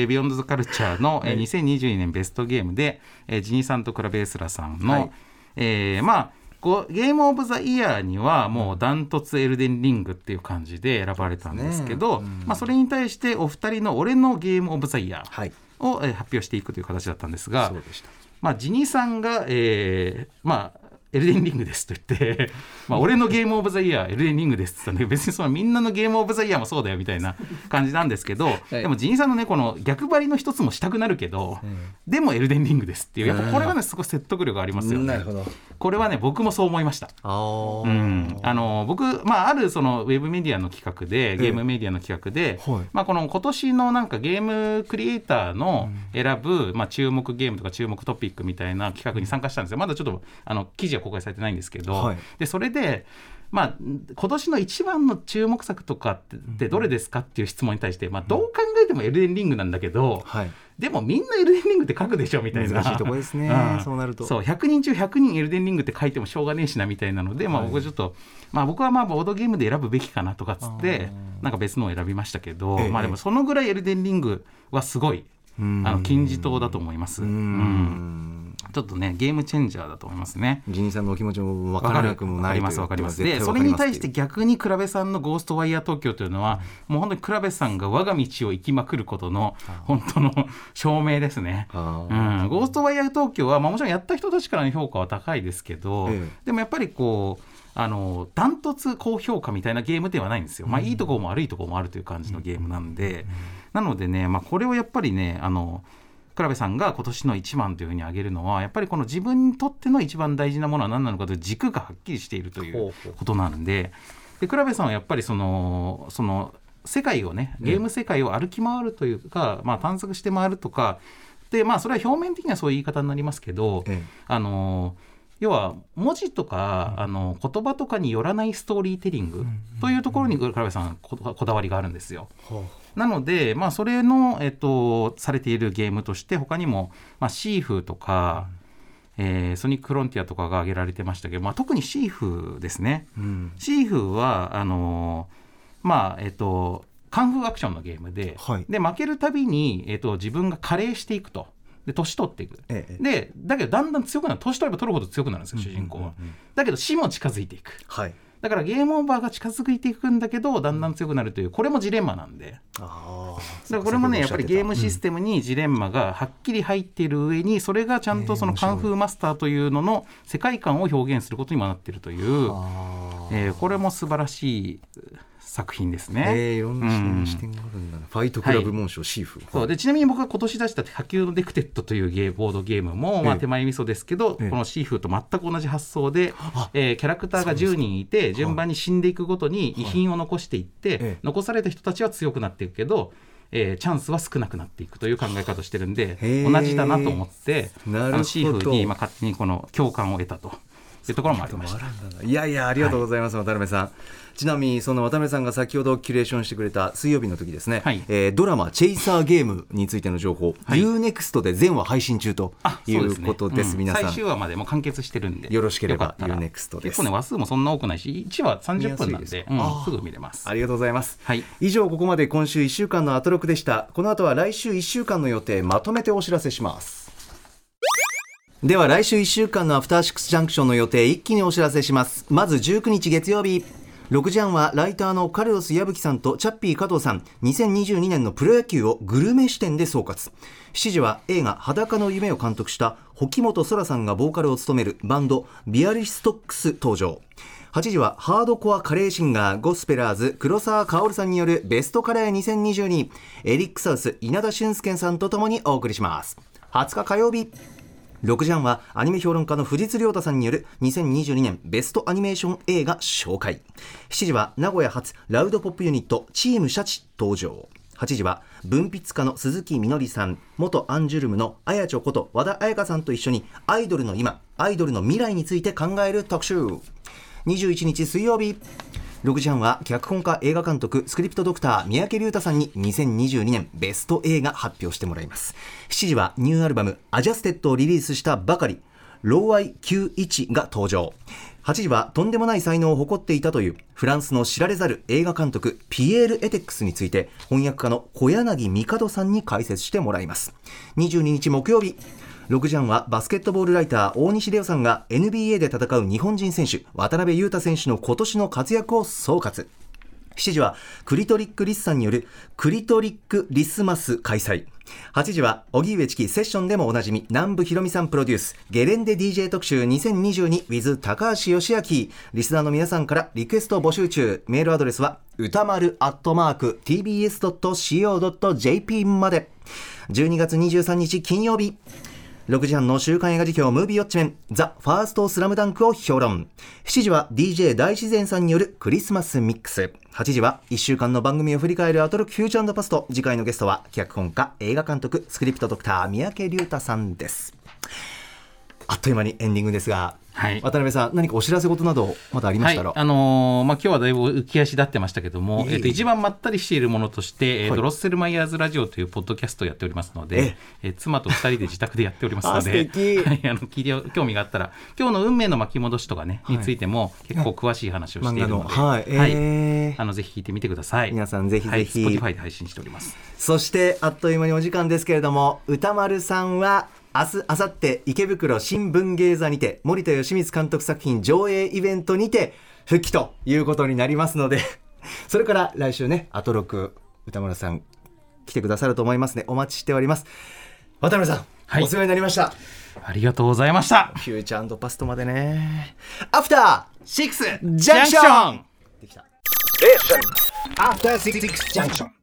ビヨンド・ザ・カルチャーの、2022年ベストゲームで、ジニさんとクラベースラさんの、ゲームオブザイヤーにはもうダントツエルデンリングっていう感じで選ばれたんですけど、それに対してお二人の俺のゲームオブザイヤーを、発表していくという形だったんですが、ジニさんが、エルデンリングですと言って俺のゲームオブザイヤーエルデンリングですって言ったんだけど、別にみんなのゲームオブザイヤーもそうだよみたいな感じなんですけど、でもジニーさんのねこの逆張りの一つもしたくなるけど、でもエルデンリングですっていう、やっぱこれはねすごい説得力ありますよね。 なるほど。 これはね僕もそう思いました。僕、あるそのウェブメディアの企画で、ゲームメディアの企画で、この今年のなんかゲームクリエイターの選ぶ、注目ゲームとか注目トピックみたいな企画に参加したんですよ。まだちょっと記事は公開されてないんですけど、でそれで今年の一番の注目作とかってどれですかっていう質問に対して、どう考えてもエルデンリングなんだけど、でもみんなエルデンリングって書くでしょみたいな、 難しいとこですね。そうなると 100人中100人エルデンリングって書いてもしょうがねえしなみたいなので、僕ちょっと、僕はボードゲームで選ぶべきかなとかっつってなんか別のを選びましたけど、でもそのぐらいエルデンリングはすごい金字塔だと思います。ちょっとねゲームチェンジャーだと思いますね。 ジニーさんのお気持ちも分からなくもない。 分かります。でそれに対して逆にクラベさんのゴーストワイヤー東京というのはもう本当にクラベさんが我が道を行きまくることの本当の証明ですね。ゴーストワイヤー東京は、もちろんやった人たちからの評価は高いですけど、でもやっぱりダントツ高評価みたいなゲームではないんですよ。いいところも悪いところもあるという感じのゲームなんで、なのでね、これをやっぱりねクラベさんが今年の一番というふうに挙げるのは、やっぱりこの自分にとっての一番大事なものは何なのかという軸がはっきりしているということなんで、クラベさんはやっぱりその世界をね、ゲーム世界を歩き回るというか、探索して回るとかで、それは表面的にはそういう言い方になりますけど、要は文字とか言葉とかによらないストーリーテリングというところにクラベさんこだわりがあるんですよ。なので、それの、されているゲームとして他にも、シーフーとか、ソニックフロンティアとかが挙げられてましたけど、特にシーフーですね。シーフーはカンフーアクションのゲームで、で負けるたびに、自分が加齢していくと。で年取っていく、でだけどだんだん強くなる、年取れば取るほど強くなるんですよ、主人公は。だけど死も近づいていく、だからゲームオーバーが近づいていくんだけどだんだん強くなるという、これもジレンマなんで、だからこれもねやっぱりゲームシステムにジレンマがはっきり入っている上に、それがちゃんとそのカンフーマスターというのの世界観を表現することにもなっているという、これも素晴らしい作品ですね。 いろんな視点があるんだな。ファイトクラブ紋章、シーフ。 そうで、ちなみに僕が今年出した波及のデクテッドというボードゲームも、手前味噌ですけど、このシーフと全く同じ発想で、キャラクターが10人いて順番に死んでいくごとに遺品を残していって、残された人たちは強くなっていくけど、チャンスは少なくなっていくという考え方をしてるんで、同じだなと思ってシーフに勝手にこの共感を得たというところもありました。 いやいや、ありがとうございます、渡辺さん。 ちなみにその渡辺さんが先ほどキュレーションしてくれた水曜日の時ですね、 はいドラマチェイサーゲームについての情報、 はい UNEXT で全話配信中ということです。皆さん最終話までもう完結してるんで、 よろしければよかったら UNEXT です。 結構ね話数もそんな多くないし1話30分なんで、すぐ見れます。 ありがとうございます、 はい、 以上ここまで今週1週間のアトロクでした。この後は来週1週間の予定まとめてお知らせします。では来週1週間のアフターシックスジャンクションの予定一気にお知らせします。まず19日月曜日6時半はライターのカルロス矢吹さんとチャッピー加藤さん、2022年のプロ野球をグルメ視点で総括。7時は映画裸の夢を監督した沖本空さんがボーカルを務めるバンドビアリストックス登場。8時はハードコアカレーシンガーゴスペラーズ黒沢薫さんによるベストカレー2022、エリックサウス稲田俊介さんとともにお送りします。20日火曜日6時半はアニメ評論家の藤津亮太さんによる2022年ベストアニメーション映画紹介。7時は名古屋発ラウドポップユニットチームシャチ登場。8時は文筆家の鈴木みのりさん、元アンジュルムのあやちょこと和田彩香さんと一緒にアイドルの今、アイドルの未来について考える特集。21日水曜日6時半は脚本家映画監督スクリプトドクター三宅龍太さんに2022年ベスト映画発表してもらいます。7時はニューアルバムアジャステッドをリリースしたばかりローアイ91が登場。8時はとんでもない才能を誇っていたというフランスの知られざる映画監督ピエール・エテックスについて翻訳家の小柳帝さんに解説してもらいます。22日木曜日6時半はバスケットボールライター大西レオさんが NBA で戦う日本人選手渡邊雄太選手の今年の活躍を総括。7時はクリトリックリスさんによるクリトリックリスマス開催。8時は荻上チキセッションでもおなじみ南部ひろみさんプロデュースゲレンデ DJ 特集 2022with 高橋義明。リスナーの皆さんからリクエスト募集中。メールアドレスは歌丸@tbs.co.jp まで。12月23日金曜日6時半の週刊映画辞表ムービーウォッチメンザ・ファーストスラムダンクを評論。7時は DJ 大自然さんによるクリスマスミックス。8時は1週間の番組を振り返るアトロックフューチャー&パスト。次回のゲストは脚本家映画監督スクリプトドクター三宅龍太さんです。あっという間にエンディングですが、はい、渡辺さん何かお知らせ事などまだありましたら。 はい、今日はだいぶ浮き足立ってましたけども、一番まったりしているものとして、ロッセルマイヤーズラジオというポッドキャストをやっておりますので、妻と2人で自宅でやっておりますのではい、聞いて興味があったら今日の運命の巻き戻しとかね、についても結構詳しい話をしているので、ぜひ聞いてみてください。 皆さんぜひぜひ、 Spotify で配信しております。 そしてあっという間にお時間ですけれども、歌丸さんは明日、明後日池袋新聞芸座にて森田義満監督作品上映イベントにて復帰ということになりますのでそれから来週ねアトロク歌丸さん来てくださると思いますね。お待ちしております。渡辺さん、はい、お世話になりました。 ありがとうございました。 フューチャー&パストまでね。アフターシックスジャンクションできた。 アフターシックスジャンクション